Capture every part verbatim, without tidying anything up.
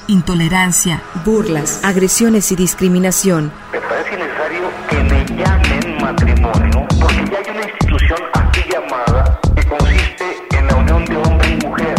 intolerancia, burlas, agresiones y discriminación. Me parece necesario que me llamen matrimonio, porque ya hay una institución así llamada que consiste en la unión de hombre y mujer.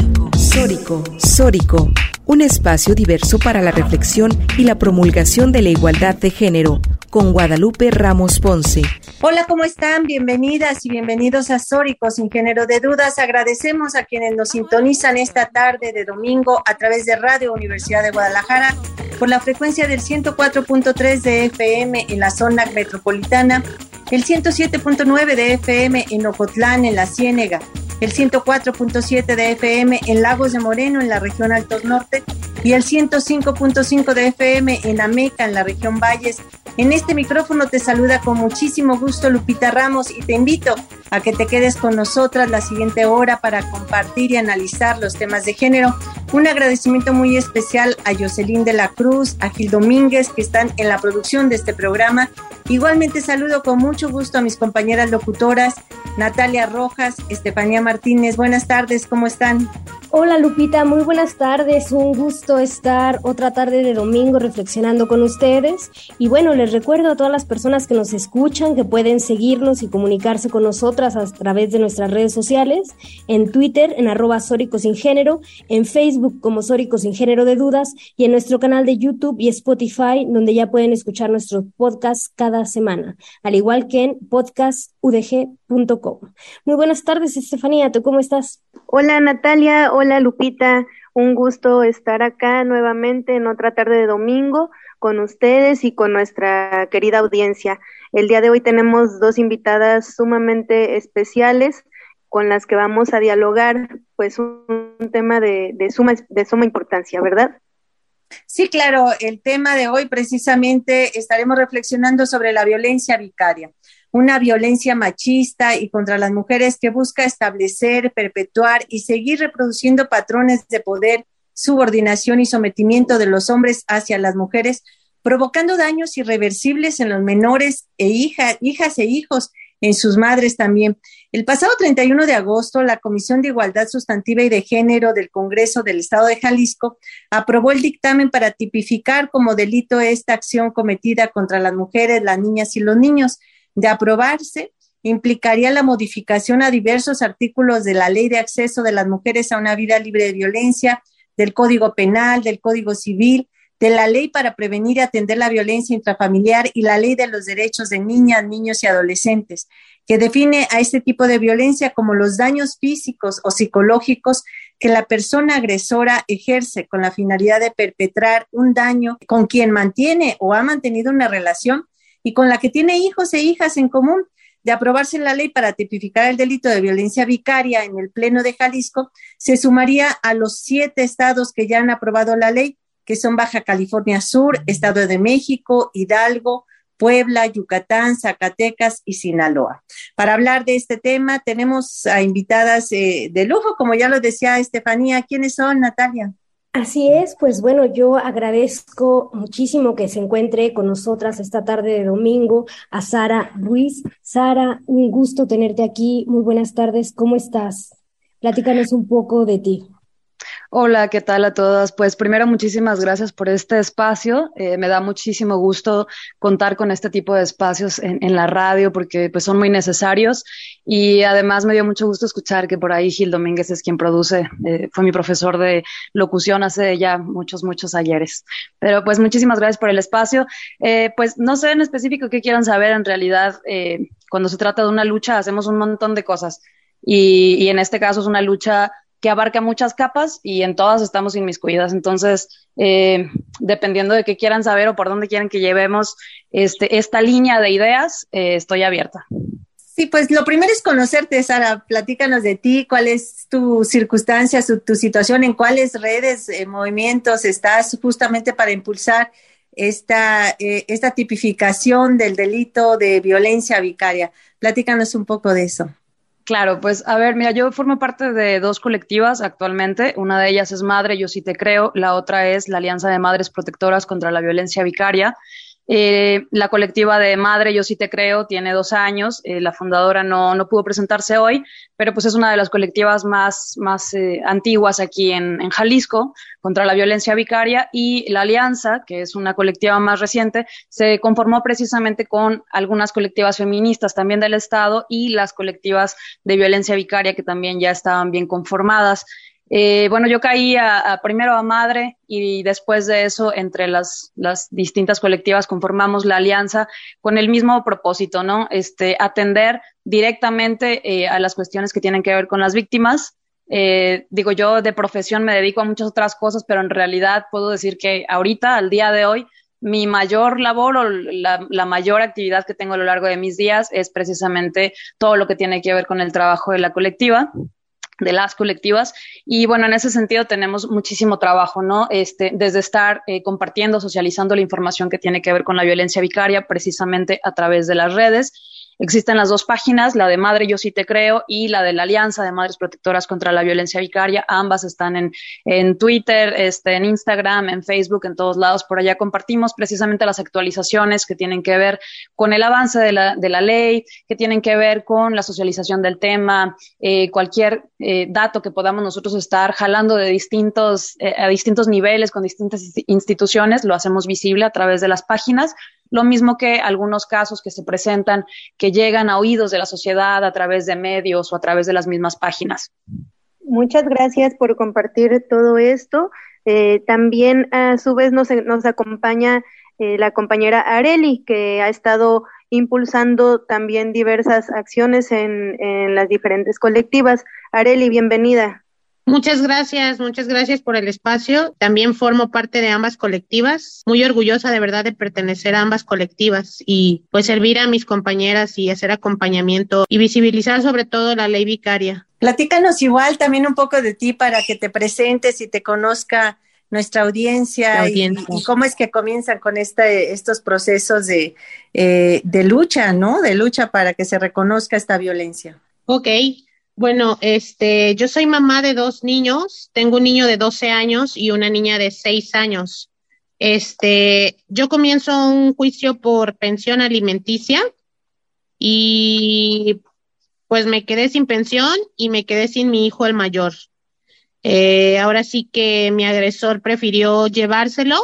Sórico, Sórico, un espacio diverso para la reflexión y la promulgación de la igualdad de género, con Guadalupe Ramos Ponce. Hola, ¿cómo están? Bienvenidas y bienvenidos a Sórico, sin género de dudas. Agradecemos a quienes nos sintonizan esta tarde de domingo a través de Radio Universidad de Guadalajara por la frecuencia del ciento cuatro punto tres de F M en la zona metropolitana, el ciento siete punto nueve de F M en Ocotlán, en la Ciénega, el ciento cuatro punto siete de F M en Lagos de Moreno, en la región Altos Norte, y el ciento cinco punto cinco de F M en Ameca, en la región Valles. En este micrófono te saluda con muchísimo gusto Lupita Ramos y te invito a que te quedes con nosotras la siguiente hora para compartir y analizar los temas de género. Un agradecimiento muy especial a Jocelyn de la Cruz, a Gil Domínguez, que están en la producción de este programa. Igualmente saludo con mucho gusto a mis compañeras locutoras, Natalia Rojas, Estefanía Martínez. Buenas tardes, ¿cómo están? Hola Lupita, muy buenas tardes, un gusto estar otra tarde de domingo reflexionando con ustedes. Y bueno, les recuerdo a todas las personas que nos escuchan que pueden seguirnos y comunicarse con nosotras a través de nuestras redes sociales, en Twitter, en arroba Sórico Sin Género, en Facebook como Sórico Sin Género de Dudas y en nuestro canal de YouTube y Spotify, donde ya pueden escuchar nuestros podcasts cada semana, al igual que en podcast u d g punto com. Muy buenas tardes, Estefanía, ¿tú cómo estás? Hola Natalia, hola Lupita, un gusto estar acá nuevamente en otra tarde de domingo con ustedes y con nuestra querida audiencia. El día de hoy tenemos dos invitadas sumamente especiales con las que vamos a dialogar pues un, un tema de, de, suma, de suma importancia, ¿verdad? Sí, claro, el tema de hoy precisamente estaremos reflexionando sobre la violencia vicaria, una violencia machista y contra las mujeres que busca establecer, perpetuar y seguir reproduciendo patrones de poder, subordinación y sometimiento de los hombres hacia las mujeres, provocando daños irreversibles en los menores e hija, hijas e hijos, en sus madres también. El pasado treinta y uno de agosto, la Comisión de Igualdad Sustantiva y de Género del Congreso del Estado de Jalisco aprobó el dictamen para tipificar como delito esta acción cometida contra las mujeres, las niñas y los niños. De aprobarse, implicaría la modificación a diversos artículos de la Ley de Acceso de las Mujeres a una Vida Libre de Violencia, del Código Penal, del Código Civil, de la Ley para Prevenir y Atender la Violencia Intrafamiliar y la Ley de los Derechos de Niñas, Niños y Adolescentes, que define a este tipo de violencia como los daños físicos o psicológicos que la persona agresora ejerce con la finalidad de perpetrar un daño con quien mantiene o ha mantenido una relación y con la que tiene hijos e hijas en común. De aprobarse la ley para tipificar el delito de violencia vicaria en el Pleno de Jalisco, se sumaría a los siete estados que ya han aprobado la ley, que son Baja California Sur, Estado de México, Hidalgo, Puebla, Yucatán, Zacatecas y Sinaloa. Para hablar de este tema tenemos a invitadas eh, de lujo, como ya lo decía Estefanía. ¿Quiénes son, Natalia? Así es, pues bueno, yo agradezco muchísimo que se encuentre con nosotras esta tarde de domingo a Sara Ruiz. Sara, un gusto tenerte aquí. Muy buenas tardes, ¿cómo estás? Platícanos un poco de ti. Hola, ¿qué tal a todas? Pues primero, muchísimas gracias por este espacio. Eh, me da muchísimo gusto contar con este tipo de espacios en, en la radio porque pues son muy necesarios y además me dio mucho gusto escuchar que por ahí Gil Domínguez es quien produce, eh, fue mi profesor de locución hace ya muchos, muchos ayeres. Pero pues muchísimas gracias por el espacio. Eh, pues no sé en específico qué quieran saber. En realidad, eh, cuando se trata de una lucha hacemos un montón de cosas y, y en este caso es una lucha que abarca muchas capas y en todas estamos inmiscuidas. Entonces, eh, dependiendo de qué quieran saber o por dónde quieren que llevemos este, esta línea de ideas, eh, estoy abierta. Sí, pues lo primero es conocerte, Sara. Platícanos de ti, cuál es tu circunstancia, su, tu situación, en cuáles redes, eh, movimientos estás justamente para impulsar esta, eh, esta tipificación del delito de violencia vicaria. Platícanos un poco de eso. Claro, pues a ver, mira, yo formo parte de dos colectivas actualmente. Una de ellas es Madre, Yo Sí Te Creo. La otra es la Alianza de Madres Protectoras contra la Violencia Vicaria. Eh, la colectiva de Madre, Yo Sí Te Creo, tiene dos años. Eh, la fundadora no, no pudo presentarse hoy, pero pues es una de las colectivas más, más eh, antiguas aquí en, en Jalisco contra la violencia vicaria. Y la Alianza, que es una colectiva más reciente, se conformó precisamente con algunas colectivas feministas también del Estado y las colectivas de violencia vicaria que también ya estaban bien conformadas. Eh, bueno, yo caí a, a primero a Madre y después de eso, entre las, las distintas colectivas, conformamos la alianza con el mismo propósito, ¿no? Este, atender directamente eh, a las cuestiones que tienen que ver con las víctimas. Eh, digo, yo de profesión me dedico a muchas otras cosas, pero en realidad puedo decir que ahorita, al día de hoy, mi mayor labor o la, la mayor actividad que tengo a lo largo de mis días es precisamente todo lo que tiene que ver con el trabajo de la colectiva, de las colectivas. Y bueno, en ese sentido tenemos muchísimo trabajo, ¿no? Este, desde estar eh, compartiendo, socializando la información que tiene que ver con la violencia vicaria, precisamente a través de las redes. Existen las dos páginas, la de Madre Yo Sí Te Creo y la de la Alianza de Madres Protectoras contra la Violencia Vicaria. Ambas están en, en Twitter, este, en Instagram, en Facebook, en todos lados. Por allá compartimos precisamente las actualizaciones que tienen que ver con el avance de la, de la ley, que tienen que ver con la socialización del tema, eh, cualquier eh, dato que podamos nosotros estar jalando de distintos, eh, a distintos niveles, con distintas instituciones, lo hacemos visible a través de las páginas. Lo mismo que algunos casos que se presentan, que llegan a oídos de la sociedad a través de medios o a través de las mismas páginas. Muchas gracias por compartir todo esto. Eh, también a su vez nos, nos acompaña eh, la compañera Areli, que ha estado impulsando también diversas acciones en, en las diferentes colectivas. Areli, bienvenida. Muchas gracias, muchas gracias por el espacio. También formo parte de ambas colectivas. Muy orgullosa de verdad de pertenecer a ambas colectivas y pues servir a mis compañeras y hacer acompañamiento y visibilizar sobre todo la ley vicaria. Platícanos igual también un poco de ti para que te presentes y te conozca nuestra audiencia, audiencia. Y, y cómo es que comienzan con este, estos procesos de, eh, de lucha, ¿no? De lucha para que se reconozca esta violencia. Ok. Bueno, este, yo soy mamá de dos niños, tengo un niño de doce años y una niña de seis años. Este, yo comienzo un juicio por pensión alimenticia y pues me quedé sin pensión y me quedé sin mi hijo el mayor. Eh, ahora sí que mi agresor prefirió llevárselo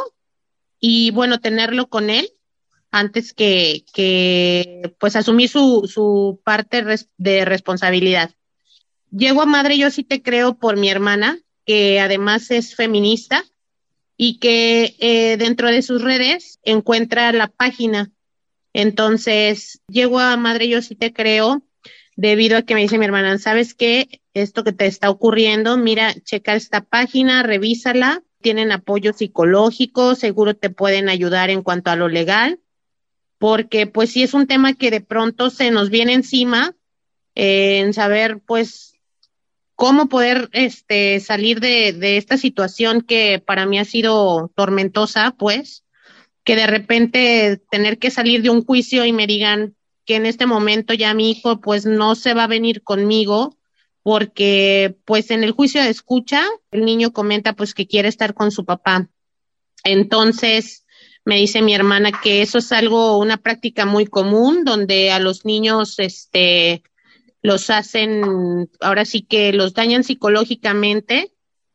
y bueno, tenerlo con él antes que, que pues asumir su, su parte res, de responsabilidad. Llego a Madre Yo Sí Te Creo por mi hermana, que además es feminista y que eh, dentro de sus redes encuentra la página. Entonces, llego a Madre Yo Sí Te Creo debido a que me dice mi hermana, ¿sabes qué? Esto que te está ocurriendo, mira, checa esta página, revísala, tienen apoyo psicológico, seguro te pueden ayudar en cuanto a lo legal, porque pues sí es un tema que de pronto se nos viene encima, eh, en saber pues cómo poder este salir de, de esta situación que para mí ha sido tormentosa, pues, que de repente tener que salir de un juicio y me digan que en este momento ya mi hijo pues no se va a venir conmigo porque pues en el juicio de escucha el niño comenta pues que quiere estar con su papá. Entonces me dice mi hermana que eso es algo, una práctica muy común donde a los niños este los hacen, ahora sí que los dañan psicológicamente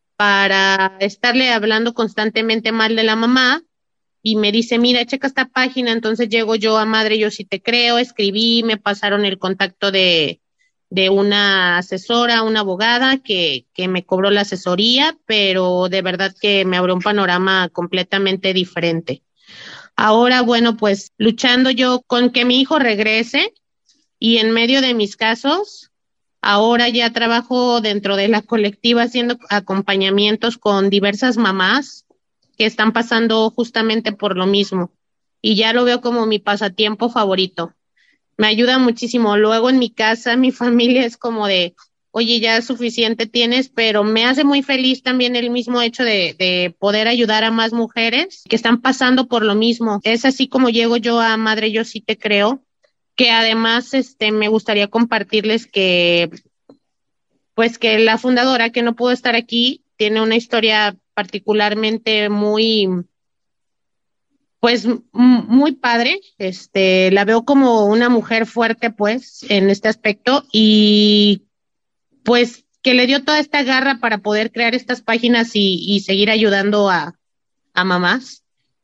para estarle hablando constantemente mal de la mamá y me dice, mira, checa esta página. Entonces llego yo a Madre Yo Sí Te Creo, escribí, me pasaron el contacto de, de una asesora, una abogada que, que me cobró la asesoría, pero de verdad que me abrió un panorama completamente diferente. Ahora, bueno, pues luchando yo con que mi hijo regrese, y en medio de mis casos, ahora ya trabajo dentro de la colectiva haciendo acompañamientos con diversas mamás que están pasando justamente por lo mismo. Y ya lo veo como mi pasatiempo favorito. Me ayuda muchísimo. Luego en mi casa, mi familia es como de, oye, ya suficiente tienes, pero me hace muy feliz también el mismo hecho de, de poder ayudar a más mujeres que están pasando por lo mismo. Es así como llego yo a Madre Yo Sí Te Creo, que además este me gustaría compartirles que pues que la fundadora, que no pudo estar aquí, tiene una historia particularmente muy pues m- muy padre, este, la veo como una mujer fuerte, pues, en este aspecto y pues que le dio toda esta garra para poder crear estas páginas y, y seguir ayudando a, a mamás.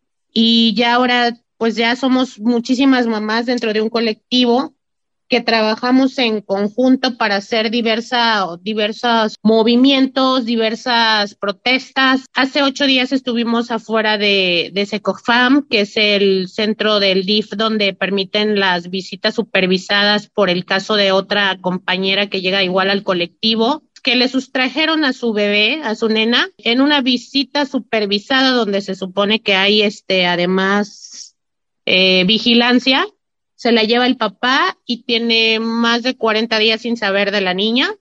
Y ya ahora, pues ya somos muchísimas mamás dentro de un colectivo que trabajamos en conjunto para hacer diversa, diversos movimientos, diversas protestas. Hace ocho días estuvimos afuera de, de Secofam, que es el centro del D I F donde permiten las visitas supervisadas por el caso de otra compañera que llega igual al colectivo, que le sustrajeron a su bebé, a su nena, en una visita supervisada donde se supone que hay este además eh, vigilancia. Se la lleva el papá y tiene más de cuarenta días sin saber de la niña.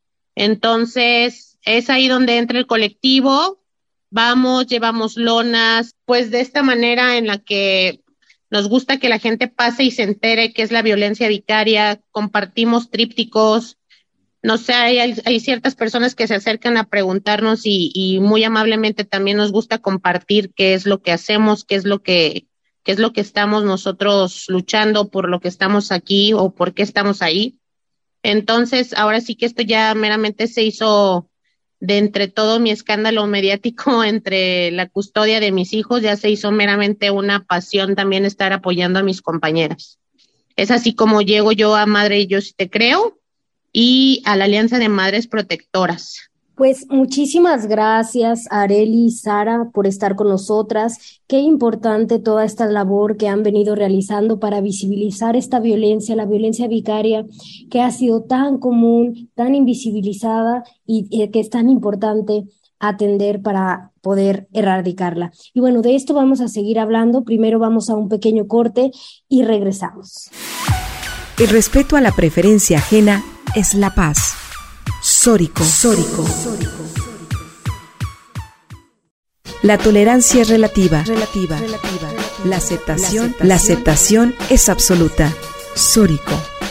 Entonces, es ahí donde entra el colectivo. Vamos, llevamos lonas, pues de esta manera en la que nos gusta que la gente pase y se entere qué es la violencia vicaria. Compartimos trípticos. No sé, hay, hay ciertas personas que se acercan a preguntarnos y, y muy amablemente también nos gusta compartir qué es lo que hacemos, qué es lo que qué es lo que estamos nosotros luchando, por lo que estamos aquí o por qué estamos ahí. Entonces, ahora sí que esto ya meramente se hizo de entre todo mi escándalo mediático entre la custodia de mis hijos, ya se hizo meramente una pasión también estar apoyando a mis compañeras. Es así como llego yo a Madre Yo Sí Te Creo y a la Alianza de Madres Protectoras. Pues muchísimas gracias, Arely y Sara, por estar con nosotras. Qué importante toda esta labor que han venido realizando para visibilizar esta violencia, la violencia vicaria, que ha sido tan común, tan invisibilizada y eh, que es tan importante atender para poder erradicarla. Y bueno, de esto vamos a seguir hablando. Primero vamos a un pequeño corte y regresamos. El respeto a la preferencia ajena es la paz. Sórico. Sórico. La tolerancia es relativa. Relativa. Relativa. La aceptación, la aceptación es absoluta. Sórico.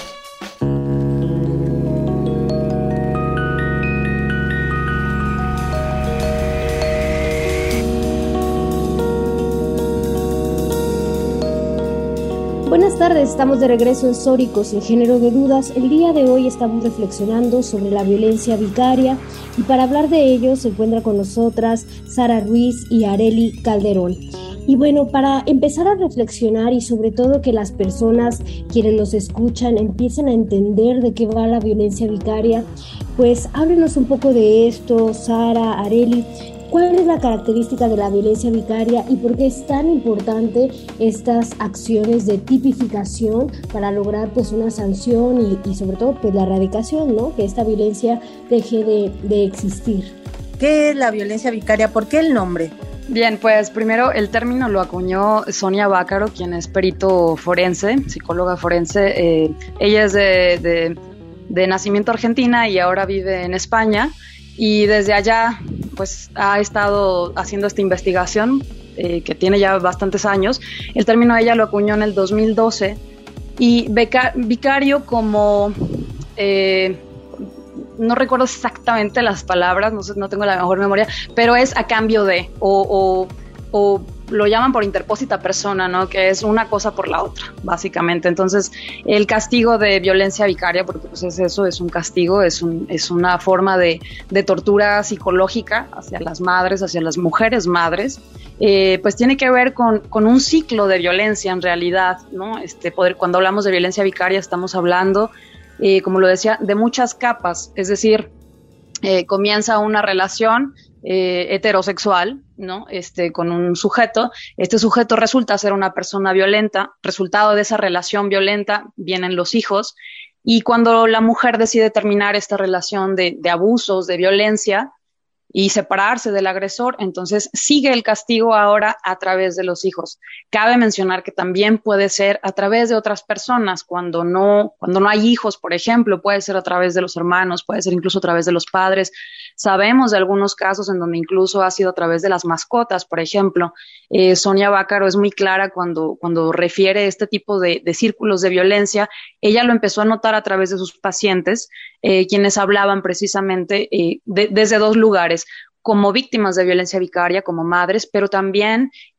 Buenas tardes, estamos de regreso en Sórico, sin género de dudas. El día de hoy estamos reflexionando sobre la violencia vicaria y para hablar de ello se encuentra con nosotras Sara Ruiz y Arely Calderón. Y bueno, para empezar a reflexionar y sobre todo que las personas quienes nos escuchan empiecen a entender de qué va la violencia vicaria, pues háblenos un poco de esto, Sara, Arely. ¿Cuál es la característica de la violencia vicaria y por qué es tan importante estas acciones de tipificación para lograr pues una sanción y, y sobre todo pues la erradicación, ¿no? Que esta violencia deje de, de existir? ¿Qué es la violencia vicaria? ¿Por qué el nombre? Bien, pues primero el término lo acuñó Sonia Bácaro, quien es perito forense, psicóloga forense. Eh, ella es de, de, de nacimiento argentina y ahora vive en España. Y desde allá, pues, ha estado haciendo esta investigación eh, que tiene ya bastantes años. El término ella lo acuñó en el dos mil doce y beca- vicario como, eh, no recuerdo exactamente las palabras, no sé, no tengo la mejor memoria, pero es a cambio de, o, o, o lo llaman por interpósita persona, ¿no? Que es una cosa por la otra, básicamente. Entonces, el castigo de violencia vicaria, porque pues es eso, es un castigo, es, un, es una forma de, de tortura psicológica hacia las madres, hacia las mujeres madres, eh, pues tiene que ver con, con un ciclo de violencia en realidad, ¿no? Este poder, cuando hablamos de violencia vicaria estamos hablando, eh, como lo decía, de muchas capas, es decir, eh, comienza una relación Eh, heterosexual, ¿no? Este, con un sujeto. Este sujeto resulta ser una persona violenta. Resultado de esa relación violenta vienen los hijos. Y cuando la mujer decide terminar esta relación de, de abusos, de violencia y separarse del agresor, entonces sigue el castigo ahora a través de los hijos. Cabe mencionar que también puede ser a través de otras personas, cuando no, cuando no hay hijos, por ejemplo, puede ser a través de los hermanos, puede ser incluso a través de los padres. Sabemos de algunos casos en donde incluso ha sido a través de las mascotas, por ejemplo. Eh, Sonia Bácaro es muy clara cuando, cuando refiere este tipo de, de círculos de violencia. Ella lo empezó a notar a través de sus pacientes, eh, quienes hablaban precisamente eh, de, desde dos lugares, como víctimas de violencia vicaria, como madres, pero también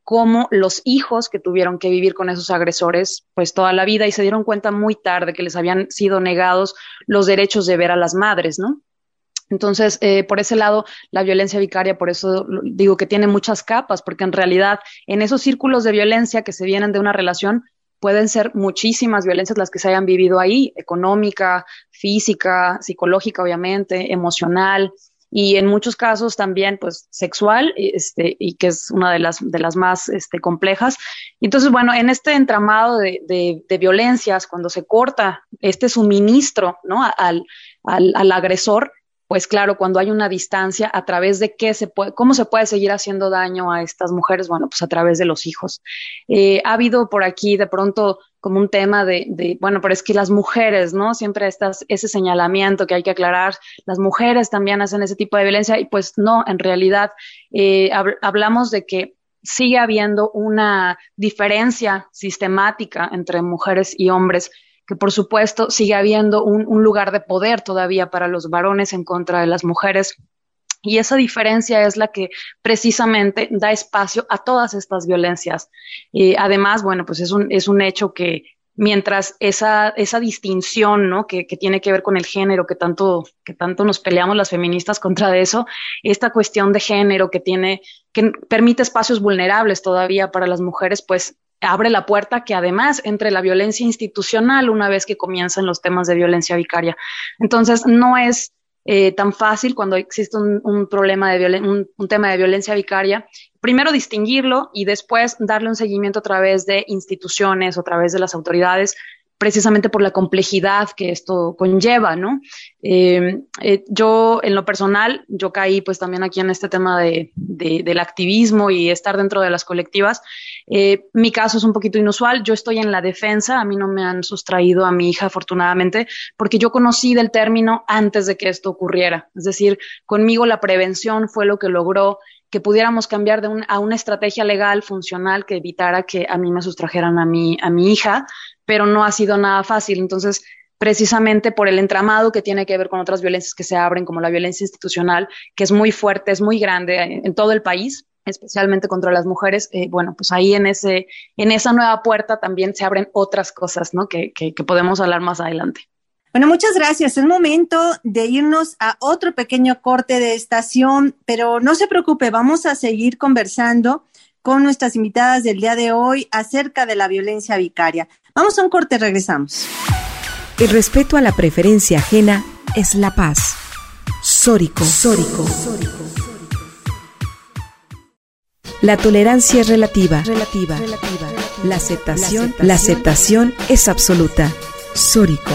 como los hijos que tuvieron que vivir con esos agresores pues toda la vida y se dieron cuenta muy tarde que les habían sido negados los derechos de ver a las madres, ¿no? Entonces, eh, por ese lado, la violencia vicaria, por eso digo que tiene muchas capas, porque en realidad en esos círculos de violencia que se vienen de una relación, pueden ser muchísimas violencias las que se hayan vivido ahí, económica, física, psicológica, obviamente, emocional, y en muchos casos también, pues, sexual, este, y que es una de las, de las más este, complejas. Entonces, bueno, en este entramado de, de, de violencias, cuando se corta este suministro, ¿no?, al, al, al agresor, pues claro, cuando hay una distancia, ¿a través de qué se puede, cómo se puede seguir haciendo daño a estas mujeres? Bueno, pues a través de los hijos. Eh, ha habido por aquí de pronto como un tema de, de, bueno, pero es que las mujeres, ¿no? Siempre estas, ese señalamiento que hay que aclarar, las mujeres también hacen ese tipo de violencia y pues no, en realidad eh, hab- hablamos de que sigue habiendo una diferencia sistemática entre mujeres y hombres, que por supuesto sigue habiendo un, un lugar de poder todavía para los varones en contra de las mujeres. Y esa diferencia es la que precisamente da espacio a todas estas violencias. Eh, además, bueno, pues es un, es un hecho que mientras esa, esa distinción, ¿no?, que, que tiene que ver con el género, que tanto, que tanto nos peleamos las feministas contra eso, esta cuestión de género que tiene, que permite espacios vulnerables todavía para las mujeres, pues abre la puerta que además entre la violencia institucional una vez que comienzan los temas de violencia vicaria. Entonces, no es eh, tan fácil cuando existe un, un problema de violen- un, un tema de violencia vicaria, primero distinguirlo y después darle un seguimiento a través de instituciones o a través de las autoridades, precisamente por la complejidad que esto conlleva, ¿no? Eh, eh, yo, en lo personal, yo caí pues también aquí en este tema de, de, del activismo y estar dentro de las colectivas. Eh, mi caso es un poquito inusual, yo estoy en la defensa, a mí no me han sustraído a mi hija afortunadamente, porque yo conocí del término antes de que esto ocurriera, es decir, conmigo la prevención fue lo que logró que pudiéramos cambiar de un, a una estrategia legal funcional que evitara que a mí me sustrajeran a mi, a mi hija, pero no ha sido nada fácil. Entonces, precisamente por el entramado que tiene que ver con otras violencias que se abren, como la violencia institucional, que es muy fuerte, es muy grande en, en todo el país, especialmente contra las mujeres, eh, bueno, pues ahí en ese, en esa nueva puerta también se abren otras cosas, ¿no?, que, que, que podemos hablar más adelante. Bueno, muchas gracias. Es momento de irnos a otro pequeño corte de estación, pero no se preocupe, vamos a seguir conversando con nuestras invitadas del día de hoy acerca de la violencia vicaria. Vamos a un corte, regresamos. El respeto a la preferencia ajena es la paz. Sórico. Sórico. La tolerancia es relativa. Relativa. Relativa. La aceptación, la aceptación es absoluta. Sórico.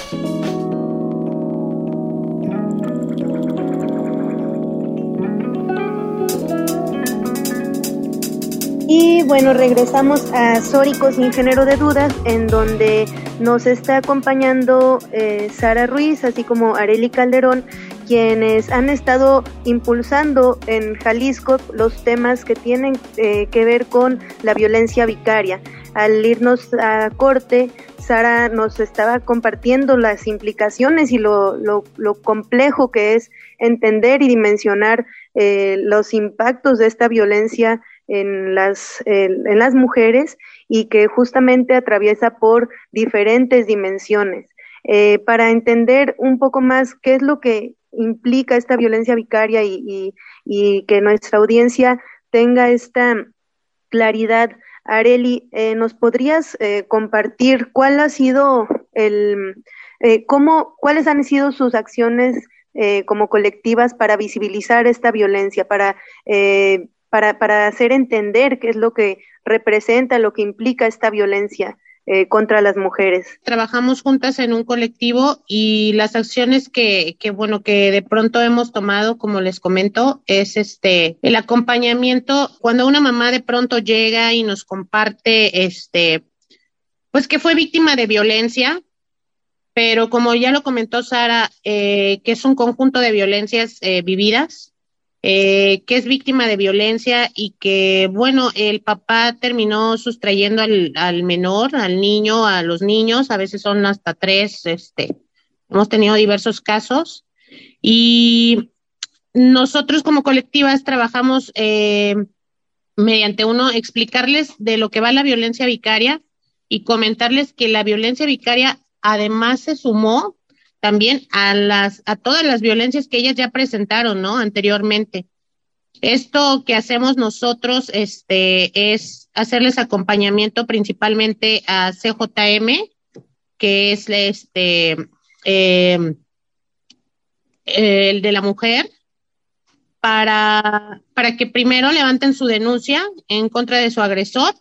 Y bueno, regresamos a Sórico sin género de dudas, en donde nos está acompañando eh, Sara Ruiz, así como Arely Calderón, quienes han estado impulsando en Jalisco los temas que tienen eh, que ver con la violencia vicaria. Al irnos a corte, Sara nos estaba compartiendo las implicaciones y lo, lo, lo complejo que es entender y dimensionar eh, los impactos de esta violencia en las, en, en las mujeres, y que justamente atraviesa por diferentes dimensiones. Eh, para entender un poco más qué es lo que implica esta violencia vicaria y, y, y que nuestra audiencia tenga esta claridad, Arely, eh, ¿nos podrías eh, compartir cuál ha sido el, eh, cómo, cuáles han sido sus acciones eh, como colectivas para visibilizar esta violencia, para eh, Para, para hacer entender qué es lo que representa, lo que implica esta violencia eh, contra las mujeres? Trabajamos juntas en un colectivo y las acciones que, que, bueno, que de pronto hemos tomado, como les comento, es este, el acompañamiento. Cuando una mamá de pronto llega y nos comparte, este, pues que fue víctima de violencia, pero como ya lo comentó Sara, eh, que es un conjunto de violencias eh, vividas, Eh, que es víctima de violencia y que, bueno, el papá terminó sustrayendo al, al menor, al niño, a los niños, a veces son hasta tres, este, hemos tenido diversos casos, y nosotros como colectivas trabajamos eh, mediante uno explicarles de lo que va la violencia vicaria y comentarles que la violencia vicaria además se sumó también a las a todas las violencias que ellas ya presentaron, ¿no? Anteriormente. Esto que hacemos nosotros este es hacerles acompañamiento principalmente a C J M, que es este eh, el de la mujer, para para que primero levanten su denuncia en contra de su agresor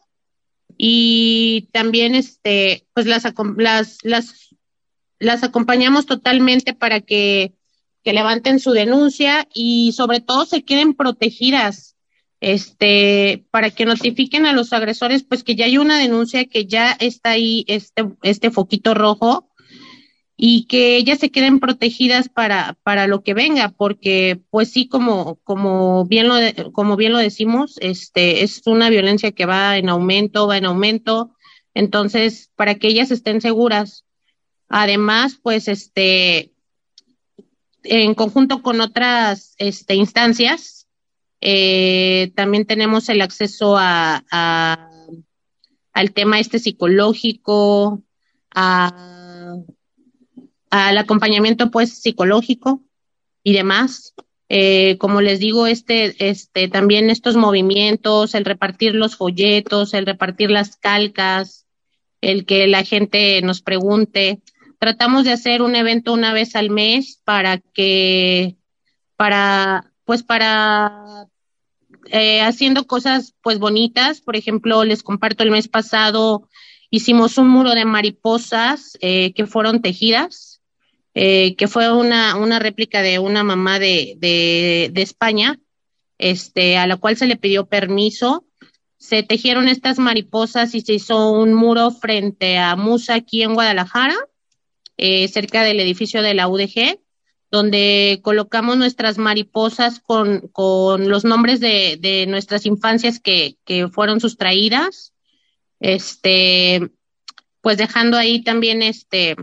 y también este pues las las las las acompañamos totalmente para que que levanten su denuncia y sobre todo se queden protegidas, este, para que notifiquen a los agresores, pues que ya hay una denuncia, que ya está ahí este, este foquito rojo y que ellas se queden protegidas para, para lo que venga, porque pues sí, como, como bien lo, de, como bien lo decimos, este, es una violencia que va en aumento, va en aumento, entonces, para que ellas estén seguras. Además, pues, este, en conjunto con otras este, instancias, eh, también tenemos el acceso a, a al tema este psicológico, a, al acompañamiento pues psicológico y demás. Eh, como les digo, este, este, también estos movimientos, el repartir los folletos, el repartir las calcas, el que la gente nos pregunte. Tratamos de hacer un evento una vez al mes para que, para, pues para, eh, haciendo cosas pues bonitas. Por ejemplo, les comparto, el mes pasado hicimos un muro de mariposas eh, que fueron tejidas, eh, que fue una, una réplica de una mamá de, de, de España, este, a la cual se le pidió permiso. Se tejieron estas mariposas y se hizo un muro frente a Musa aquí en Guadalajara, Eh, cerca del edificio de la U D G, donde colocamos nuestras mariposas con, con los nombres de, de nuestras infancias que, que fueron sustraídas, este, pues dejando ahí también este,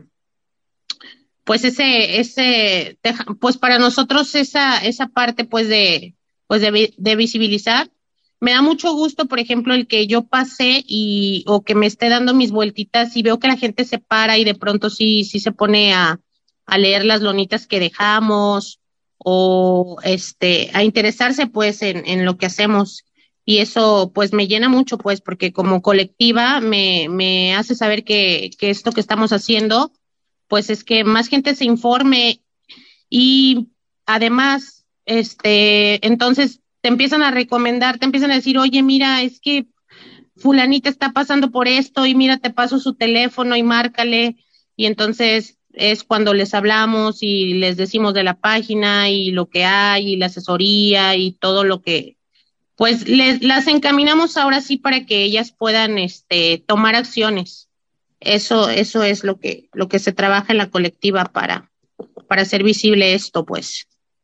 pues ese, ese, deja, pues para nosotros esa, esa parte pues de, pues de, de visibilizar. Me da mucho gusto, por ejemplo, el que yo pase y o que me esté dando mis vueltitas y veo que la gente se para y de pronto sí sí se pone a, a leer las lonitas que dejamos o este a interesarse pues en, en lo que hacemos, y eso pues me llena mucho pues porque como colectiva me, me hace saber que, que esto que estamos haciendo pues es que más gente se informe y además este entonces te empiezan a recomendar, te empiezan a decir, oye, mira, es que fulanita está pasando por esto y mira, te paso su teléfono y márcale. Y entonces es cuando les hablamos y les decimos de la página y lo que hay y la asesoría y todo lo que, pues les, las encaminamos ahora sí para que ellas puedan este, tomar acciones. Eso, eso es lo que, lo que se trabaja en la colectiva para, para hacer visible esto, pues.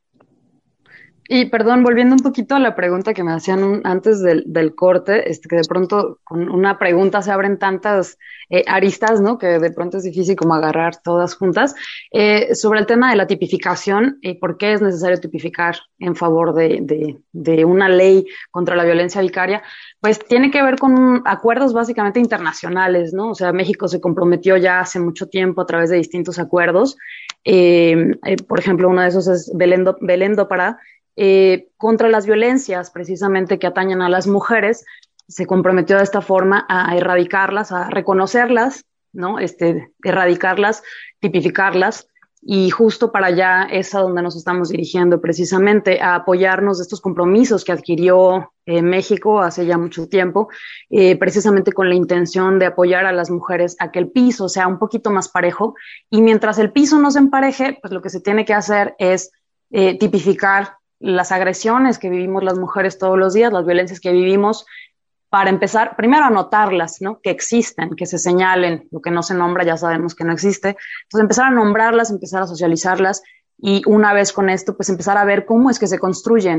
Y perdón, volviendo un poquito a la pregunta que me hacían un, antes del, del corte, este, que de pronto con una pregunta se abren tantas eh, aristas, ¿no? Que de pronto es difícil como agarrar todas juntas. Eh, sobre el tema de la tipificación, eh, ¿por qué es necesario tipificar en favor de, de, de una ley contra la violencia vicaria? Pues tiene que ver con acuerdos básicamente internacionales, ¿no? O sea, México se comprometió ya hace mucho tiempo a través de distintos acuerdos. Eh, eh, por ejemplo, uno de esos es Belén do, Belén do Pará, Eh, contra las violencias precisamente que atañen a las mujeres. Se comprometió de esta forma a erradicarlas, a reconocerlas, ¿no? Este, erradicarlas, tipificarlas, y justo para allá es a donde nos estamos dirigiendo precisamente, a apoyarnos de estos compromisos que adquirió eh, México hace ya mucho tiempo, eh, precisamente con la intención de apoyar a las mujeres a que el piso sea un poquito más parejo, y mientras el piso no se empareje, pues lo que se tiene que hacer es eh, tipificar las agresiones que vivimos las mujeres todos los días, las violencias que vivimos, para empezar, primero a notarlas, ¿no? Que existen, que se señalen, lo que no se nombra ya sabemos que no existe, entonces empezar a nombrarlas, empezar a socializarlas, y una vez con esto, pues empezar a ver cómo es que se construyen,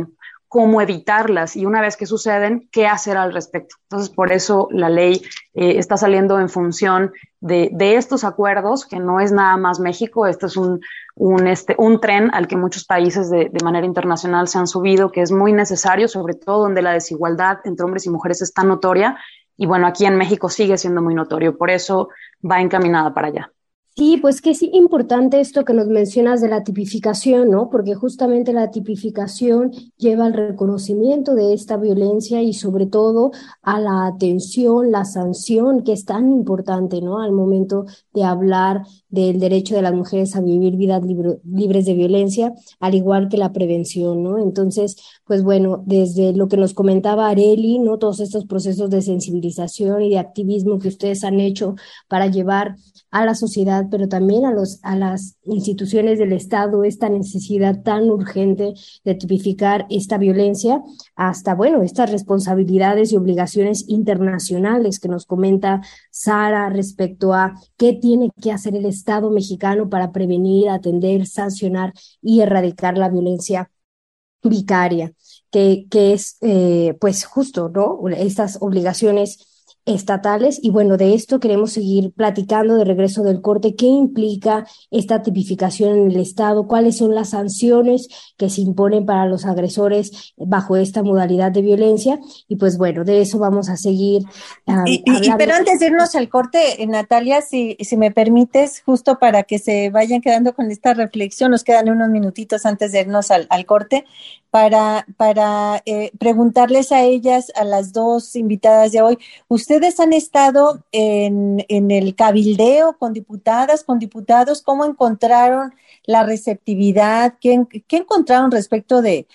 cómo evitarlas y una vez que suceden, qué hacer al respecto. Entonces, por eso la ley eh, está saliendo en función de, de estos acuerdos, que no es nada más México, este es un, un, este, un tren al que muchos países de, de manera internacional se han subido, que es muy necesario, sobre todo donde la desigualdad entre hombres y mujeres es tan notoria. Y bueno, aquí en México sigue siendo muy notorio, por eso va encaminada para allá. Sí, pues que es importante esto que nos mencionas de la tipificación, ¿no? Porque justamente la tipificación lleva al reconocimiento de esta violencia y sobre todo a la atención, la sanción, que es tan importante, ¿no? Al momento de hablar del derecho de las mujeres a vivir vidas libre, libres de violencia, al igual que la prevención, ¿no? Entonces, pues bueno, desde lo que nos comentaba Arely, ¿no? Todos estos procesos de sensibilización y de activismo que ustedes han hecho para llevar a la sociedad, pero también a, los, a las instituciones del Estado, esta necesidad tan urgente de tipificar esta violencia, hasta, bueno, estas responsabilidades y obligaciones internacionales que nos comenta Sara respecto a qué tiene que hacer el Estado mexicano para prevenir, atender, sancionar y erradicar la violencia vicaria, que, que es, eh, pues, justo, ¿no? Estas obligaciones estatales. Y bueno, de esto queremos seguir platicando de regreso del corte. ¿Qué implica esta tipificación en el Estado? ¿Cuáles son las sanciones que se imponen para los agresores bajo esta modalidad de violencia? Y pues bueno, de eso vamos a seguir um, y, y, hablando. Pero antes de irnos al corte, Natalia, si, si me permites, justo para que se vayan quedando con esta reflexión, nos quedan unos minutitos antes de irnos al, al corte, para, para eh, preguntarles a ellas, a las dos invitadas de hoy, ¿ustedes han estado en, en el cabildeo con diputadas, con diputados? ¿Cómo encontraron la receptividad? ¿Qué, qué encontraron respecto de,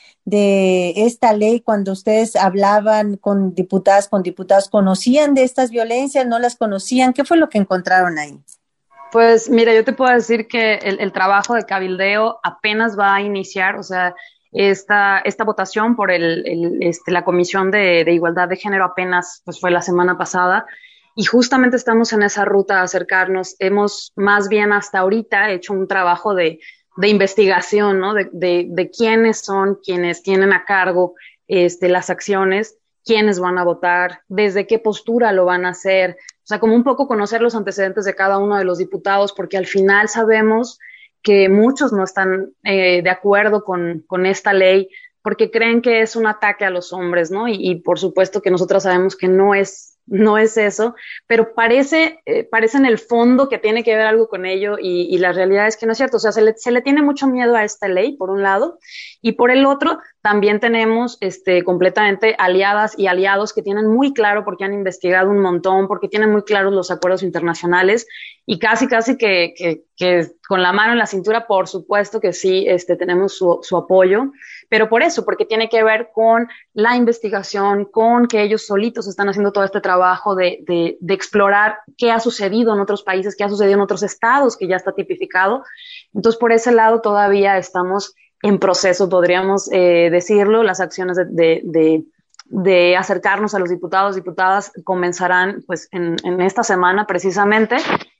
de esta ley cuando ustedes hablaban con diputadas, con diputados? ¿Conocían de estas violencias? ¿No las conocían? ¿Qué fue lo que encontraron ahí? Pues mira, yo te puedo decir que el, el trabajo de cabildeo apenas va a iniciar, o sea, Esta, esta votación por el, el, este, la Comisión de, de Igualdad de Género apenas pues, fue la semana pasada y justamente estamos en esa ruta a acercarnos. Hemos más bien hasta ahorita hecho un trabajo de, de investigación, ¿no? De, de, de quiénes son quienes tienen a cargo este, las acciones, quiénes van a votar, desde qué postura lo van a hacer, o sea, como un poco conocer los antecedentes de cada uno de los diputados, porque al final sabemos que muchos no están eh, de acuerdo con, con esta ley porque creen que es un ataque a los hombres, ¿no? Y, y por supuesto que nosotros sabemos que no es, no es eso, pero parece, eh, parece en el fondo que tiene que ver algo con ello y, y la realidad es que no es cierto. O sea, se le, se le tiene mucho miedo a esta ley, por un lado, y por el otro, también tenemos este, completamente aliadas y aliados que tienen muy claro porque han investigado un montón, porque tienen muy claros los acuerdos internacionales y casi, casi que, que, que con la mano en la cintura, por supuesto que sí, este, tenemos su, su apoyo, pero por eso, porque tiene que ver con la investigación, con que ellos solitos están haciendo todo este trabajo de, de, de explorar qué ha sucedido en otros países, qué ha sucedido en otros estados que ya está tipificado. Entonces, por ese lado todavía estamos en proceso, podríamos eh, decirlo. Las acciones de, de, de, de acercarnos a los diputados, diputadas comenzarán pues en, en esta semana precisamente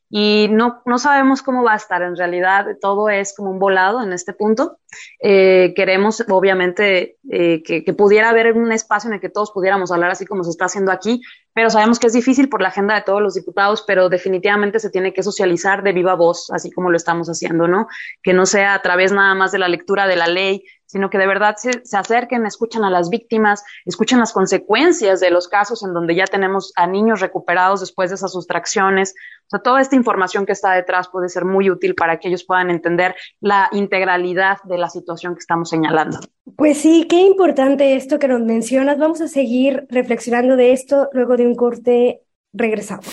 y no, no sabemos cómo va a estar. En realidad todo es como un volado en este punto. Eh, queremos obviamente eh, que, que pudiera haber un espacio en el que todos pudiéramos hablar así como se está haciendo aquí, pero sabemos que es difícil por la agenda de todos los diputados, pero definitivamente se tiene que socializar de viva voz, así como lo estamos haciendo, ¿no? Que no sea a través nada más de la lectura de la ley, sino que de verdad se, se acerquen, escuchen a las víctimas, escuchen las consecuencias de los casos en donde ya tenemos a niños recuperados después de esas sustracciones. O sea, toda esta información que está detrás puede ser muy útil para que ellos puedan entender la integralidad de la situación que estamos señalando. Pues sí, qué importante esto que nos mencionas. Vamos a seguir reflexionando de esto luego de un corte. Regresamos.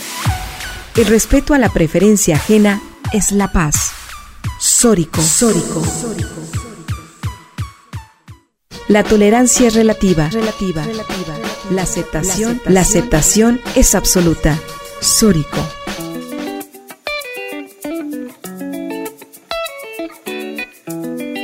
El respeto a la preferencia ajena es la paz. Sórico. Sórico. Sórico. La tolerancia es relativa. Relativa. Relativa. La aceptación, la aceptación es absoluta. Sórico.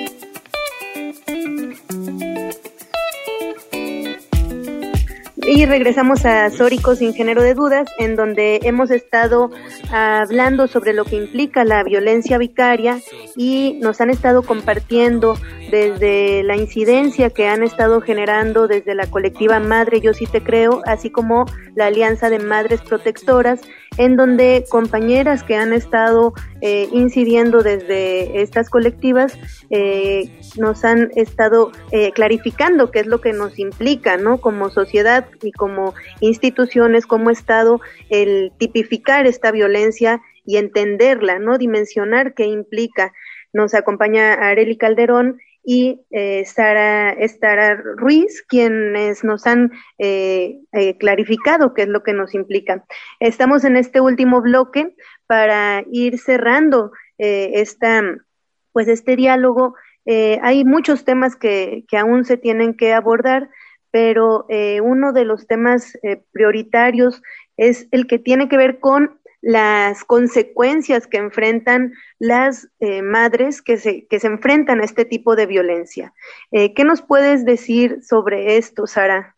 Y regresamos a Sórico sin género de dudas, en donde hemos estado hablando sobre lo que implica la violencia vicaria y nos han estado compartiendo desde la incidencia que han estado generando desde la colectiva Madre Yo Sí Te Creo, así como la Alianza de Madres Protectoras, en donde compañeras que han estado eh, incidiendo desde estas colectivas eh, nos han estado eh, clarificando qué es lo que nos implica, ¿no? Como sociedad y como instituciones, como Estado, el tipificar esta violencia y entenderla, ¿no? Dimensionar qué implica. Nos acompaña Arely Calderón y eh, Sara, Sara Ruiz, quienes nos han eh, eh, clarificado qué es lo que nos implica. Estamos en este último bloque para ir cerrando eh, esta, pues este diálogo. Eh, hay muchos temas que, que aún se tienen que abordar, pero eh, uno de los temas eh, prioritarios es el que tiene que ver con las consecuencias que enfrentan las eh, madres que se, que se enfrentan a este tipo de violencia. Eh, ¿Qué nos puedes decir sobre esto, Sara?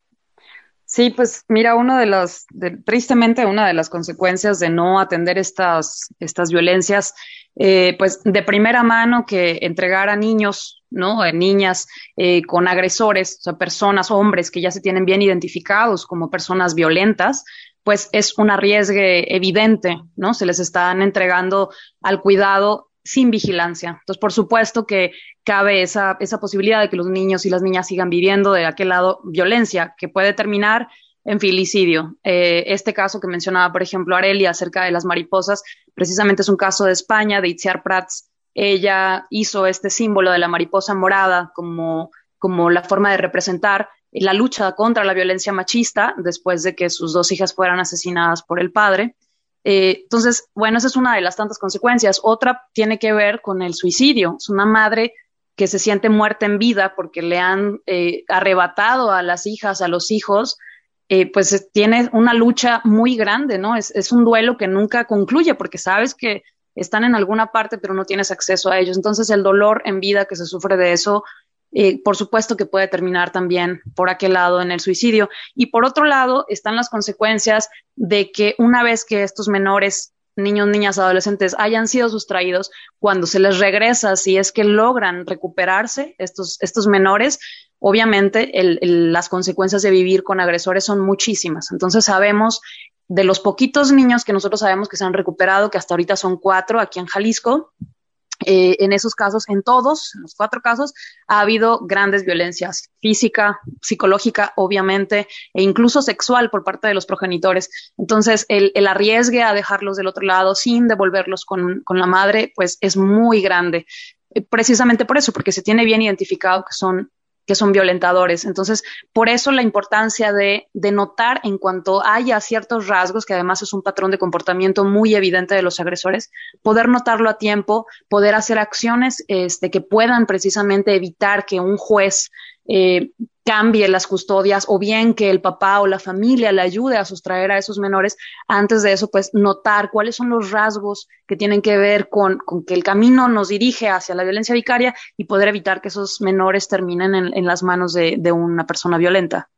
Sí, pues mira, uno de los, de, tristemente, una de las consecuencias de no atender estas, estas violencias, eh, pues de primera mano que entregar a niños, ¿no? A niñas eh, con agresores, o sea, personas, hombres que ya se tienen bien identificados como personas violentas, pues es un arriesgue evidente, ¿no? Se les están entregando al cuidado sin vigilancia. Entonces, por supuesto que cabe esa, esa posibilidad de que los niños y las niñas sigan viviendo de aquel lado violencia, que puede terminar en filicidio. Eh, este caso que mencionaba, por ejemplo, Arely, acerca de las mariposas, precisamente es un caso de España, de Itziar Prats. Ella hizo este símbolo de la mariposa morada como, como la forma de representar la lucha contra la violencia machista después de que sus dos hijas fueran asesinadas por el padre. Eh, entonces, bueno, esa es una de las tantas consecuencias. Otra tiene que ver con el suicidio. Es una madre que se siente muerta en vida porque le han eh, arrebatado a las hijas, a los hijos, eh, pues tiene una lucha muy grande, ¿no? Es, es un duelo que nunca concluye porque sabes que están en alguna parte pero no tienes acceso a ellos. Entonces, el dolor en vida que se sufre de eso, Eh, por supuesto que puede terminar también por aquel lado en el suicidio. Y por otro lado están las consecuencias de que una vez que estos menores, niños, niñas, adolescentes, hayan sido sustraídos, cuando se les regresa, si es que logran recuperarse estos, estos menores, obviamente el, el, las consecuencias de vivir con agresores son muchísimas. Entonces sabemos de los poquitos niños que nosotros sabemos que se han recuperado, que hasta ahorita son cuatro aquí en Jalisco. Eh, en esos casos, en todos, en los cuatro casos, ha habido grandes violencias física, psicológica, obviamente, e incluso sexual por parte de los progenitores. Entonces, el, el arriesgue a dejarlos del otro lado sin devolverlos con, con la madre, pues es muy grande. Eh, precisamente por eso, porque se tiene bien identificado que son que son violentadores. Entonces, por eso la importancia de, de notar en cuanto haya ciertos rasgos, que además es un patrón de comportamiento muy evidente de los agresores, poder notarlo a tiempo, poder hacer acciones este, que puedan precisamente evitar que un juez eh, cambie las custodias o bien que el papá o la familia le ayude a sustraer a esos menores. Antes de eso, pues notar cuáles son los rasgos que tienen que ver con, con que el camino nos dirige hacia la violencia vicaria y poder evitar que esos menores terminen en, en las manos de, de una persona violenta.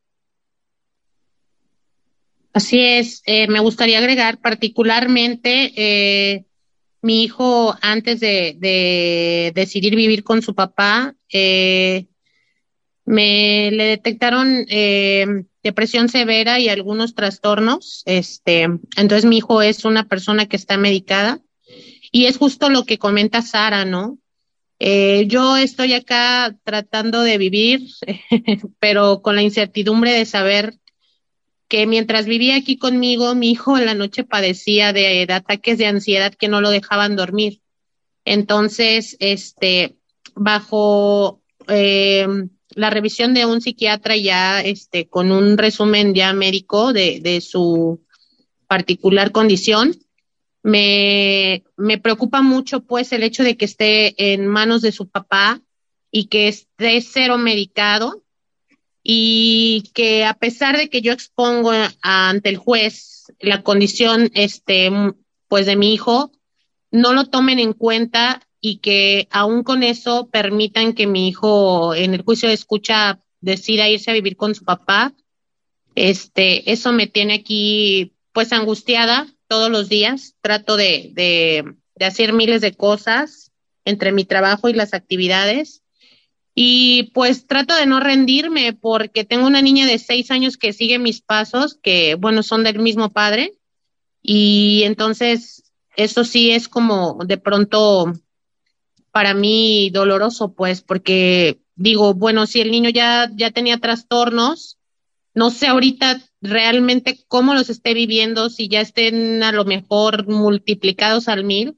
Así es. Eh, me gustaría agregar particularmente eh, mi hijo antes de, de decidir vivir con su papá, eh, me le detectaron eh, depresión severa y algunos trastornos. Este, entonces mi hijo es una persona que está medicada y es justo lo que comenta Sara, ¿no? Eh, yo estoy acá tratando de vivir, pero con la incertidumbre de saber que mientras vivía aquí conmigo, mi hijo en la noche padecía de, de ataques de ansiedad que no lo dejaban dormir. Entonces, este, bajo eh, la revisión de un psiquiatra ya, este, con un resumen ya médico de, de su particular condición, me, me preocupa mucho, pues, el hecho de que esté en manos de su papá y que esté cero medicado y que a pesar de que yo expongo a, ante el juez la condición, este, pues, de mi hijo, no lo tomen en cuenta y que aún con eso permitan que mi hijo en el juicio de escucha decida irse a vivir con su papá. Este, eso me tiene aquí pues angustiada todos los días. Trato de, de, de hacer miles de cosas entre mi trabajo y las actividades. Y pues trato de no rendirme porque tengo una niña de seis años que sigue mis pasos, que bueno, son del mismo padre. Y entonces eso sí es como de pronto para mí doloroso, pues, porque digo, bueno, si el niño ya, ya tenía trastornos, no sé ahorita realmente cómo los esté viviendo, si ya estén a lo mejor multiplicados al mil.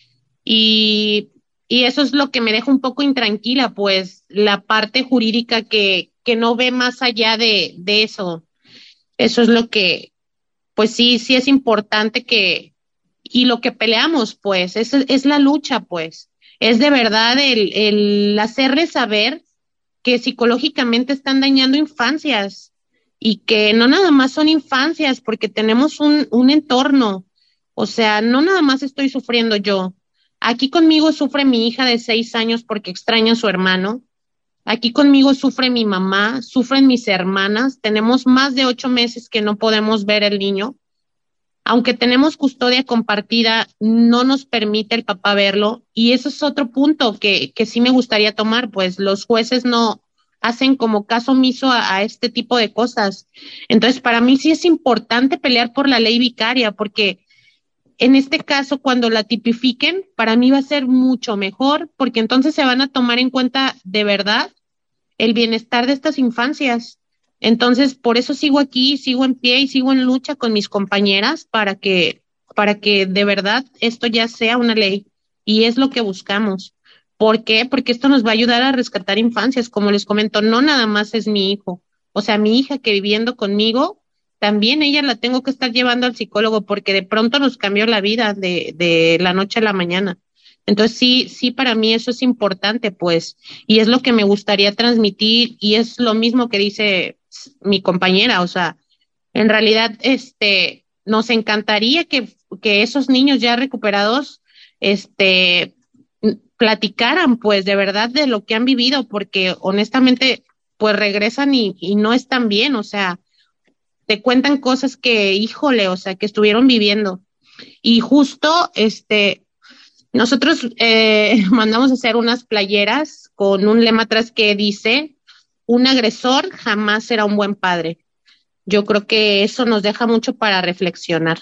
Y, y eso es lo que me deja un poco intranquila, pues, la parte jurídica que, que no ve más allá de, de eso. Eso es lo que, pues sí, sí es importante que, y lo que peleamos, pues, es, es la lucha, pues, es de verdad el, el hacerles saber que psicológicamente están dañando infancias y que no nada más son infancias, porque tenemos un, un entorno, o sea, no nada más estoy sufriendo yo. Aquí conmigo sufre mi hija de seis años porque extraña a su hermano. Aquí conmigo sufre mi mamá, sufren mis hermanas. Tenemos más de ocho meses que no podemos ver al niño. Aunque tenemos custodia compartida, no nos permite el papá verlo. Y eso es otro punto que, que sí me gustaría tomar, pues los jueces no hacen como caso omiso a, a este tipo de cosas. Entonces, para mí sí es importante pelear por la ley vicaria, porque en este caso, cuando la tipifiquen, para mí va a ser mucho mejor, porque entonces se van a tomar en cuenta de verdad el bienestar de estas infancias. Entonces, por eso sigo aquí, sigo en pie y sigo en lucha con mis compañeras para que, para que de verdad esto ya sea una ley. Y es lo que buscamos. ¿Por qué? Porque esto nos va a ayudar a rescatar infancias. Como les comento, no nada más es mi hijo. O sea, mi hija que viviendo conmigo, también ella la tengo que estar llevando al psicólogo porque de pronto nos cambió la vida de, de la noche a la mañana. Entonces sí, sí, para mí eso es importante, pues, y es lo que me gustaría transmitir y es lo mismo que dice mi compañera, o sea, en realidad, este, nos encantaría que, que esos niños ya recuperados, este, platicaran, pues, de verdad de lo que han vivido, porque honestamente, pues regresan y, y no están bien, o sea, te cuentan cosas que, híjole, o sea, que estuvieron viviendo. Y justo, este, nosotros eh, mandamos a hacer unas playeras con un lema atrás que dice, un agresor jamás será un buen padre. Yo creo que eso nos deja mucho para reflexionar.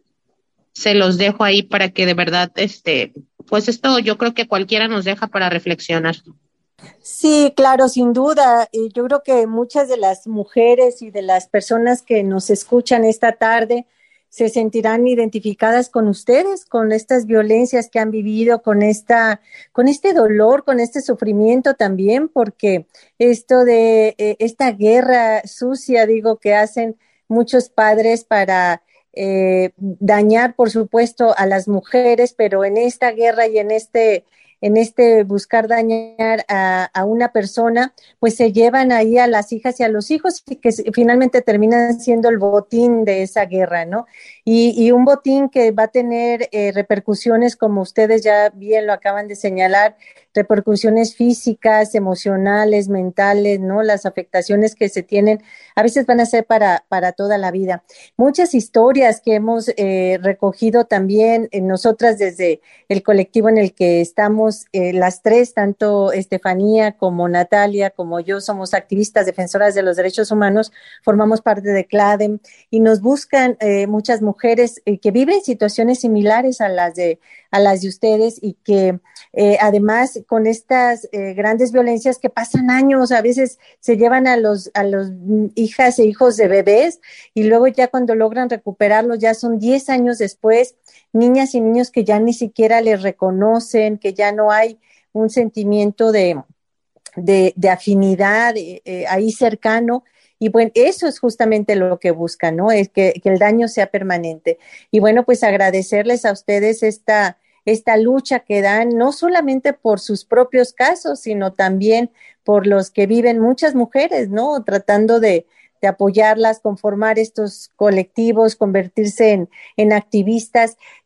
Se los dejo ahí para que de verdad, este, pues esto yo creo que cualquiera nos deja para reflexionar. Sí, claro, sin duda. Y yo creo que muchas de las mujeres y de las personas que nos escuchan esta tarde se sentirán identificadas con ustedes, con estas violencias que han vivido, con esta, con este dolor, con este sufrimiento también, porque esto de eh, esta guerra sucia, digo, que hacen muchos padres para eh, dañar, por supuesto, a las mujeres, pero en esta guerra y en este en este buscar dañar a, a una persona, pues se llevan ahí a las hijas y a los hijos y que finalmente terminan siendo el botín de esa guerra, ¿no? Y, y un botín que va a tener eh, repercusiones, como ustedes ya bien lo acaban de señalar, repercusiones físicas, emocionales, mentales, ¿no? Las afectaciones que se tienen a veces van a ser para, para toda la vida. Muchas historias que hemos eh, recogido también en nosotras desde el colectivo en el que estamos, eh, las tres, tanto Estefanía como Natalia, como yo, somos activistas defensoras de los derechos humanos, formamos parte de CLADEM y nos buscan eh, muchas mujeres eh, que viven situaciones similares a las de, a las de ustedes y que eh, además con estas eh, grandes violencias que pasan años, a veces se llevan a los, a los hijas e hijos de bebés y luego ya cuando logran recuperarlos ya son diez años después, niñas y niños que ya ni siquiera les reconocen, que ya no hay un sentimiento de, de, de afinidad eh, eh, ahí cercano. Y bueno, eso es justamente lo que buscan, ¿no? Es que, que el daño sea permanente. Y bueno, pues agradecerles a ustedes esta, esta lucha que dan, no solamente por sus propios casos, sino también por los que viven muchas mujeres, ¿no? Tratando de, de apoyarlas, conformar estos colectivos, convertirse en, en activistas.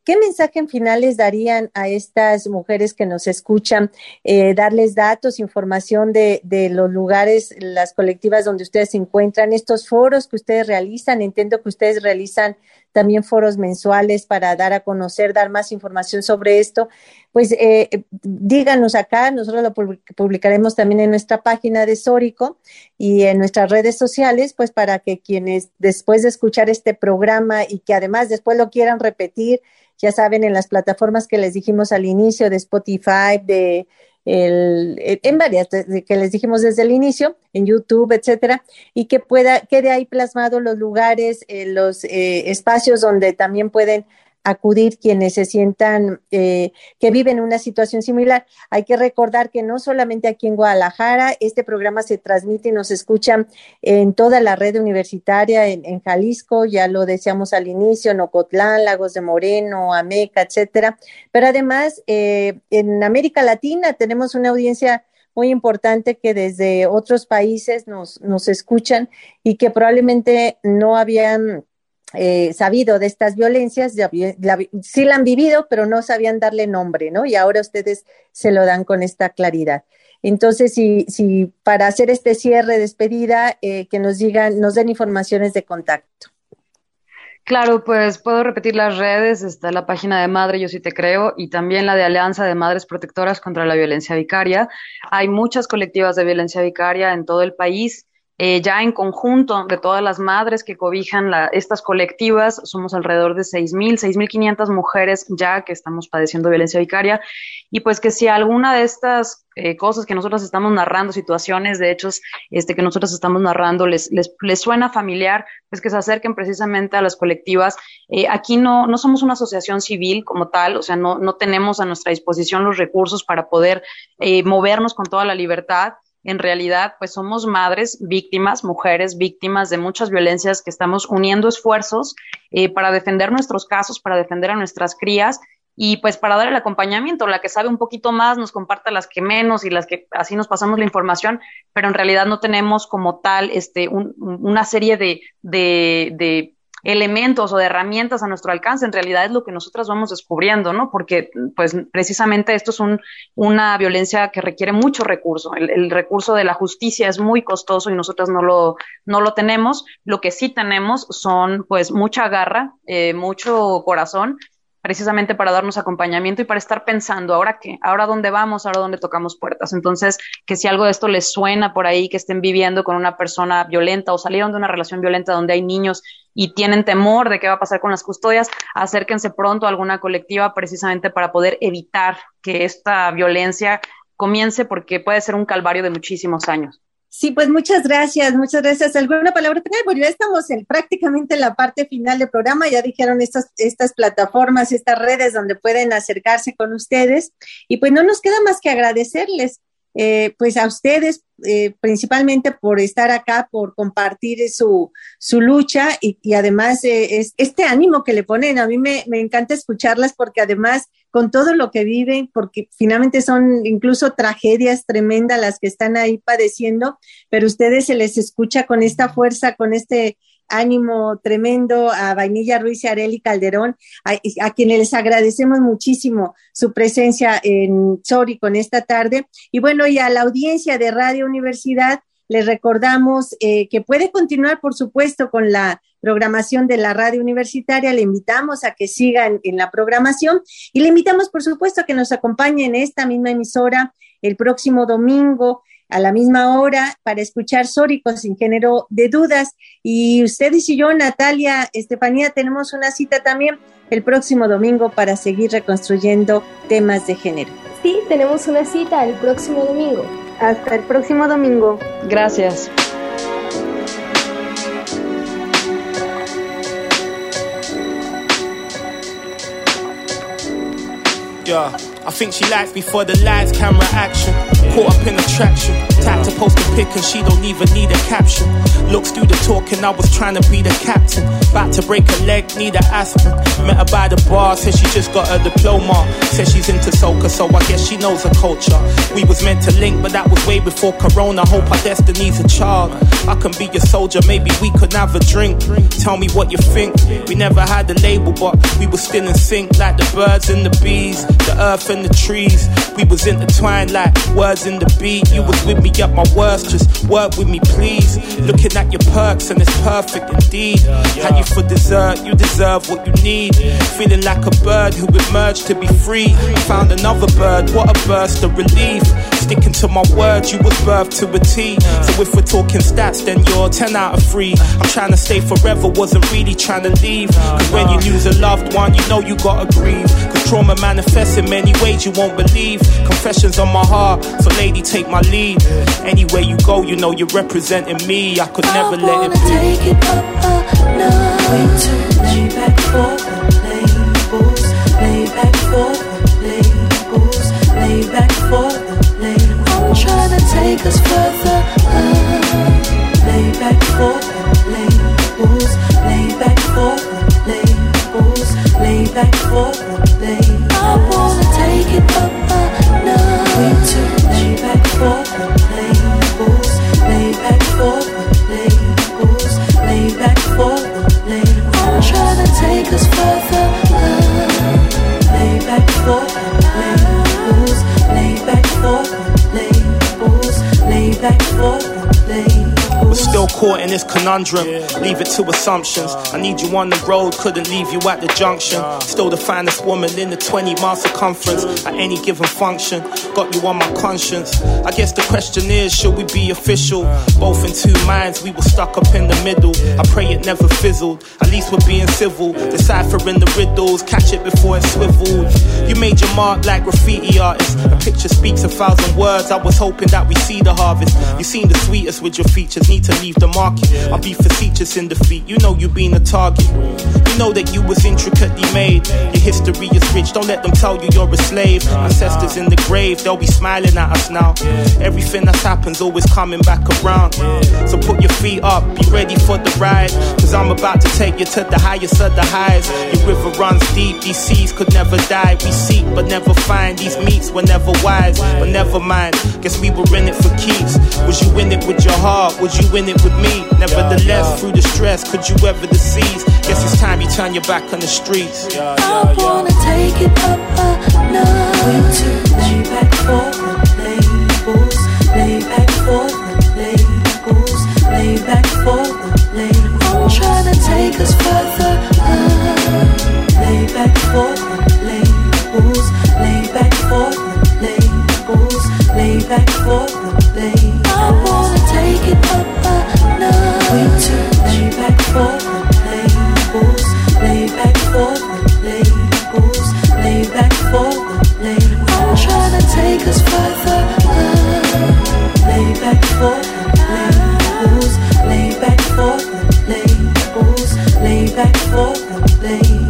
¿Qué mensaje en final les darían a estas mujeres que nos escuchan? Eh, darles datos, información de, de los lugares, las colectivas donde ustedes se encuentran, estos foros que ustedes realizan. Entiendo que ustedes realizan también foros mensuales para dar a conocer, dar más información sobre esto. Pues eh, díganos acá, nosotros lo publicaremos también en nuestra página de Sórico y en nuestras redes sociales, pues para que quienes después de escuchar este programa y que además después lo quieran repetir, ya saben, en las plataformas que les dijimos al inicio, de Spotify, de el, en varias de, que les dijimos desde el inicio, en YouTube, etcétera, y que pueda, quede ahí plasmado los lugares, eh, los eh, espacios donde también pueden acudir quienes se sientan eh, que viven una situación similar. Hay que recordar que no solamente aquí en Guadalajara, este programa se transmite y nos escuchan en toda la red universitaria, en, en Jalisco, ya lo decíamos al inicio, en Ocotlán, Lagos de Moreno, Ameca, etcétera, pero además eh, en América Latina tenemos una audiencia muy importante que desde otros países nos, nos escuchan y que probablemente no habían Eh, sabido de estas violencias, la, la, sí la han vivido, pero no sabían darle nombre, ¿no? Y ahora ustedes se lo dan con esta claridad. Entonces, si, si para hacer este cierre, despedida, eh, que nos digan, nos den informaciones de contacto. Claro, pues puedo repetir las redes, está la página de Madre Yo Sí Te Creo y también la de Alianza de Madres Protectoras contra la Violencia Vicaria. Hay muchas colectivas de violencia vicaria en todo el país. Eh, ya en conjunto de todas las madres que cobijan la, estas colectivas, somos alrededor de seis mil, seis mil quinientas mujeres ya que estamos padeciendo violencia vicaria, y pues que si alguna de estas eh, cosas que nosotros estamos narrando, situaciones de hechos este, que nosotros estamos narrando, les, les, les suena familiar, pues que se acerquen precisamente a las colectivas. Eh, aquí no, no somos una asociación civil como tal, o sea, no, no tenemos a nuestra disposición los recursos para poder eh, movernos con toda la libertad. En realidad, pues somos madres víctimas, mujeres víctimas de muchas violencias que estamos uniendo esfuerzos eh, para defender nuestros casos, para defender a nuestras crías y pues para dar el acompañamiento. La que sabe un poquito más nos comparte las que menos y las que así nos pasamos la información, pero en realidad no tenemos como tal este un, una serie de, de, de elementos o de herramientas a nuestro alcance. En realidad es lo que nosotras vamos descubriendo, ¿no? Porque pues precisamente esto es un, una violencia que requiere mucho recurso. El, el recurso de la justicia es muy costoso y nosotras no lo, no lo tenemos. Lo que sí tenemos son pues mucha garra, eh, mucho corazón, precisamente para darnos acompañamiento y para estar pensando, ¿ahora qué? ¿Ahora dónde vamos? ¿Ahora dónde tocamos puertas? Entonces, que si algo de esto les suena por ahí, que estén viviendo con una persona violenta o salieron de una relación violenta donde hay niños y tienen temor de qué va a pasar con las custodias, acérquense pronto a alguna colectiva precisamente para poder evitar que esta violencia comience, porque puede ser un calvario de muchísimos años. Sí, pues muchas gracias, muchas gracias. ¿Alguna palabra final? Bueno, ya estamos en prácticamente en la parte final del programa, ya dijeron estas, estas plataformas, estas redes donde pueden acercarse con ustedes, y pues no nos queda más que agradecerles, eh, pues a ustedes, eh, principalmente por estar acá, por compartir su, su lucha, y, y además eh, es, este ánimo que le ponen. A mí me, me encanta escucharlas porque además con todo lo que viven, porque finalmente son incluso tragedias tremendas las que están ahí padeciendo, pero ustedes se les escucha con esta fuerza, con este ánimo tremendo. A Vainilla Ruiz y Arely Calderón, a, a quienes les agradecemos muchísimo su presencia en Sórico en esta tarde. Y bueno, y a la audiencia de Radio Universidad, les recordamos eh, que puede continuar, por supuesto, con la programación de la radio universitaria. Le invitamos a que sigan en la programación y le invitamos, por supuesto, a que nos acompañe en esta misma emisora el próximo domingo a la misma hora para escuchar Sórico sin género de dudas. Y ustedes y yo, Natalia, Estefanía, tenemos una cita también el próximo domingo para seguir reconstruyendo temas de género. Sí, tenemos una cita el próximo domingo. Hasta el próximo domingo. Gracias. Yeah. I think she likes me for the lights, camera action. Caught up in attraction. Type to post a pic and she don't even need a caption. Looks through the talking, I was trying to be the captain. About to break a leg, need an aspirin. Met her by the bar, said she just got her diploma. Said she's into soca, so I guess she knows her culture. We was meant to link, but that was way before Corona. Hope our destiny's a child. I can be your soldier, maybe we could have a drink. Tell me what you think. We never had a label, but we were still in sync. Like the birds and the bees, the earth and the trees. We was intertwined like words in the beat. You was with me at my worst, just work with me please. Looking at your perks and it's perfect indeed. Had you for dessert, you deserve what you need. Feeling like a bird who emerged to be free. Found another bird, what a burst of relief. Sticking to my word, you was birthed to a T. So if we're talking stats, then you're ten out of three. I'm trying to stay forever, wasn't really trying to leave. Cause when you lose a loved one, you know you gotta grieve. Cause trauma manifests in many ways you won't believe. Confessions on my heart, so lady take my lead. Anywhere you go, you know you're representing me. I could never I let it be. Take it up a notch. Way to lay back for the labels. Lay back for the labels. Lay back for the labels. I'm trying to take us further up. Lay back for the labels. Lay back for the labels. Lay back for the labels. I wanna take it up a notch. Way to lay back for the labels. Lay back for the labels. Lay back for the labels. I'm trying to take us further up. Lay back for the labels. Lay back for the labels. Lay back for the labels. We're still caught in this conundrum. Leave it to assumptions. I need you on the road, couldn't leave you at the junction. Still the finest woman in the twenty mile circumference. At any given function, got you on my conscience. I guess the question is, should we be official? Both in two minds, we were stuck up in the middle. I pray it never fizzled. At least we're being civil. Deciphering the riddles, catch it before it swiveled. You made your mark like graffiti artists. A picture speaks a thousand words. I was hoping that we see the harvest. You seem the sweetest with your features. Need to leave the market. I'll be facetious in defeat. You know you been a target. You know that you was intricately made. Your history is rich. Don't let them tell you you're a slave. Ancestors in the grave, they'll be smiling at us now. Everything that happens always coming back around. So put your feet up, be ready for the ride. Cause I'm about to take you to the highest of the highs. Your river runs deep, these seas could never die. We seek but never find. These meets were never wise, but never mind. Guess we were in it for keeps. Was you in it with your heart? Was you in it with me? Nevertheless, through the stress, could you ever deceive? Guess it's time you turn your back on the streets. I wanna take it up a notch. Way to lay back for the labels. Lay back for the labels. Lay back for the labels. I'm trying to take us further up. Lay back for the labels. Lay back for the labels. Lay back for the labels. I wanna take it up a notch. Way to lay back for the labels. Lay back for the labels. Lay back for the labels. I'm trying to take us further up. Lay back for the labels. Lay back for the labels. Lay back for the labels.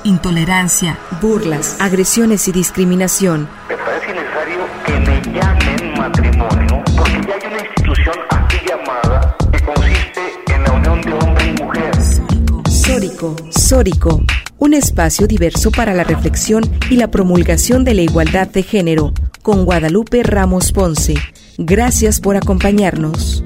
intolerancia, burlas, agresiones y discriminación. Me parece necesario que me llamen matrimonio, porque ya hay una institución así llamada que consiste en la unión de hombre y mujer. Sórico, Sórico, un espacio diverso para la reflexión y la promulgación de la igualdad de género, con Guadalupe Ramos Ponce. Gracias por acompañarnos.